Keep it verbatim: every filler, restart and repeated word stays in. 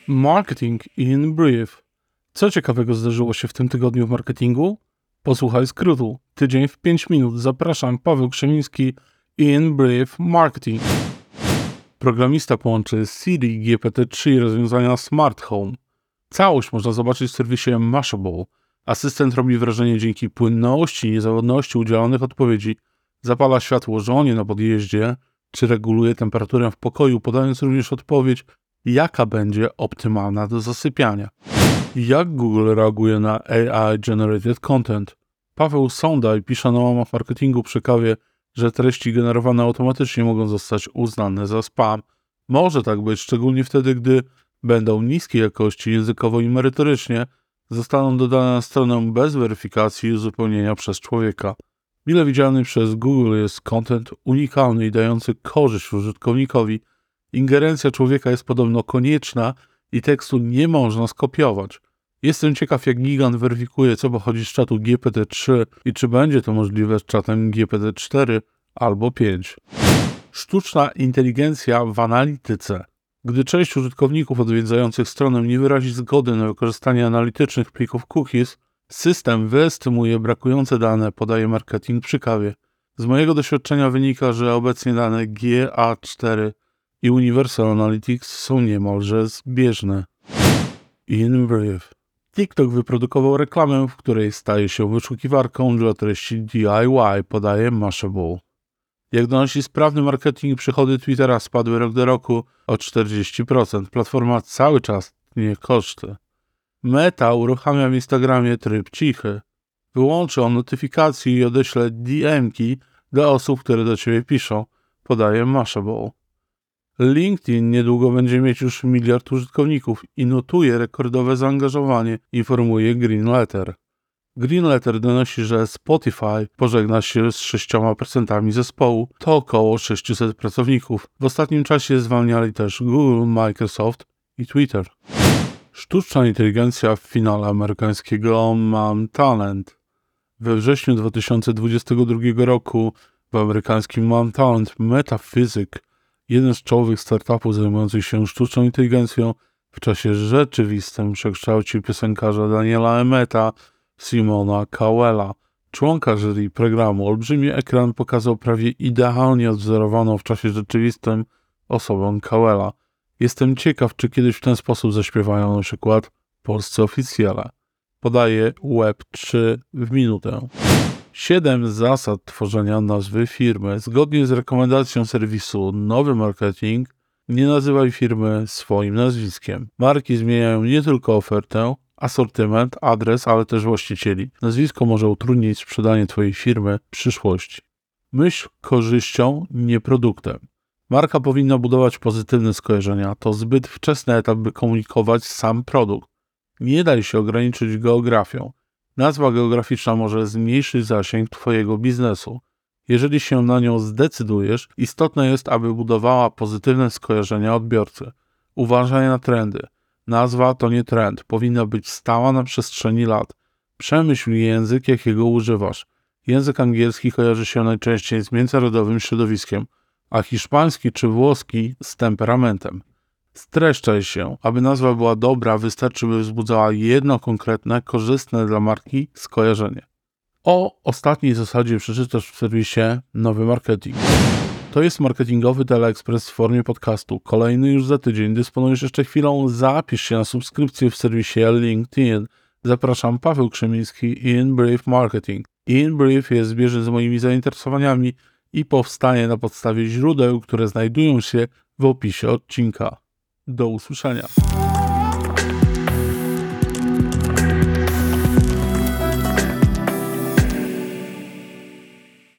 Marketing in Brief. Co ciekawego zdarzyło się w tym tygodniu w marketingu? Posłuchaj skrótu. Tydzień w pięć minut. Zapraszam, Paweł Krzemiński, in Brief Marketing. Programista połączy Siri, G P T trzy i rozwiązania Smart Home. Całość można zobaczyć w serwisie Mashable. Asystent robi wrażenie dzięki płynności i niezawodności udzielonych odpowiedzi. Zapala światło żonie na podjeździe, czy reguluje temperaturę w pokoju, podając również odpowiedź, jaka będzie optymalna do zasypiania. Jak Google reaguje na A I-generated content? Paweł Sondaj pisze na łamach marketingu przy kawie, że treści generowane automatycznie mogą zostać uznane za spam. Może tak być, szczególnie wtedy, gdy będą niskiej jakości językowo i merytorycznie, zostaną dodane na stronę bez weryfikacji i uzupełnienia przez człowieka. Mile widziany przez Google jest content unikalny i dający korzyść użytkownikowi. Ingerencja człowieka jest podobno konieczna i tekstu nie można skopiować. Jestem ciekaw, jak gigant weryfikuje, co pochodzi z czatu G P T trzy i czy będzie to możliwe z czatem G P T cztery albo pięć. Sztuczna inteligencja w analityce. Gdy część użytkowników odwiedzających stronę nie wyrazi zgody na wykorzystanie analitycznych plików cookies, system wyestymuje brakujące dane, podaje marketing przy kawie. Z mojego doświadczenia wynika, że obecnie dane G A cztery i Universal Analytics są niemalże zbieżne. In brief. TikTok wyprodukował reklamę, w której staje się wyszukiwarką dla treści D I Y, podaje Mashable. Jak donosi sprawny marketing, przychody Twittera spadły rok do roku o czterdzieści procent. Platforma cały czas tnie koszty. Meta uruchamia w Instagramie tryb cichy. Wyłączy on notyfikacji i odeśle D M-ki dla osób, które do ciebie piszą, podaje Mashable. LinkedIn niedługo będzie mieć już miliard użytkowników i notuje rekordowe zaangażowanie, informuje Green Letter. Green Letter donosi, że Spotify pożegna się z sześcioma procentami zespołu, to około sześciuset pracowników. W ostatnim czasie zwalniali też Google, Microsoft i Twitter. Sztuczna inteligencja w finale amerykańskiego Mam Talent. We wrześniu dwa tysiące dwudziestego drugiego roku w amerykańskim Mam Talent Metaphysic, jeden z czołowych startupów zajmujących się sztuczną inteligencją, w czasie rzeczywistym przekształcił piosenkarza Daniela Emmeta w Simona Cowella, członka jury programu. Olbrzymi ekran pokazał prawie idealnie odwzorowaną w czasie rzeczywistym osobę Cowella. Jestem ciekaw, czy kiedyś w ten sposób zaśpiewają na przykład polscy oficjele. Podaje Web trzy w minutę. siedem zasad tworzenia nazwy firmy. Zgodnie z rekomendacją serwisu Nowy Marketing, nie nazywaj firmy swoim nazwiskiem. Marki zmieniają nie tylko ofertę, asortyment, adres, ale też właścicieli. Nazwisko może utrudnić sprzedanie twojej firmy w przyszłości. Myśl korzyścią, nie produktem. Marka powinna budować pozytywne skojarzenia. To zbyt wczesny etap, by komunikować sam produkt. Nie daj się ograniczyć geografią. Nazwa geograficzna może zmniejszyć zasięg twojego biznesu. Jeżeli się na nią zdecydujesz, istotne jest, aby budowała pozytywne skojarzenia odbiorcy. Uważaj na trendy. Nazwa to nie trend, powinna być stała na przestrzeni lat. Przemyśl język, jakiego używasz. Język angielski kojarzy się najczęściej z międzynarodowym środowiskiem, a hiszpański czy włoski z temperamentem. Streszczaj się. Aby nazwa była dobra, wystarczy, by wzbudzała jedno konkretne, korzystne dla marki skojarzenie. O ostatniej zasadzie przeczytasz w serwisie Nowy Marketing. To jest marketingowy teleekspres w formie podcastu. Kolejny już za tydzień. Dysponujesz jeszcze chwilą. Zapisz się na subskrypcję w serwisie LinkedIn. Zapraszam, Paweł Krzemiński, in Brief Marketing. In Brief jest zbieżny z moimi zainteresowaniami i powstaje na podstawie źródeł, które znajdują się w opisie odcinka. Do usłyszenia.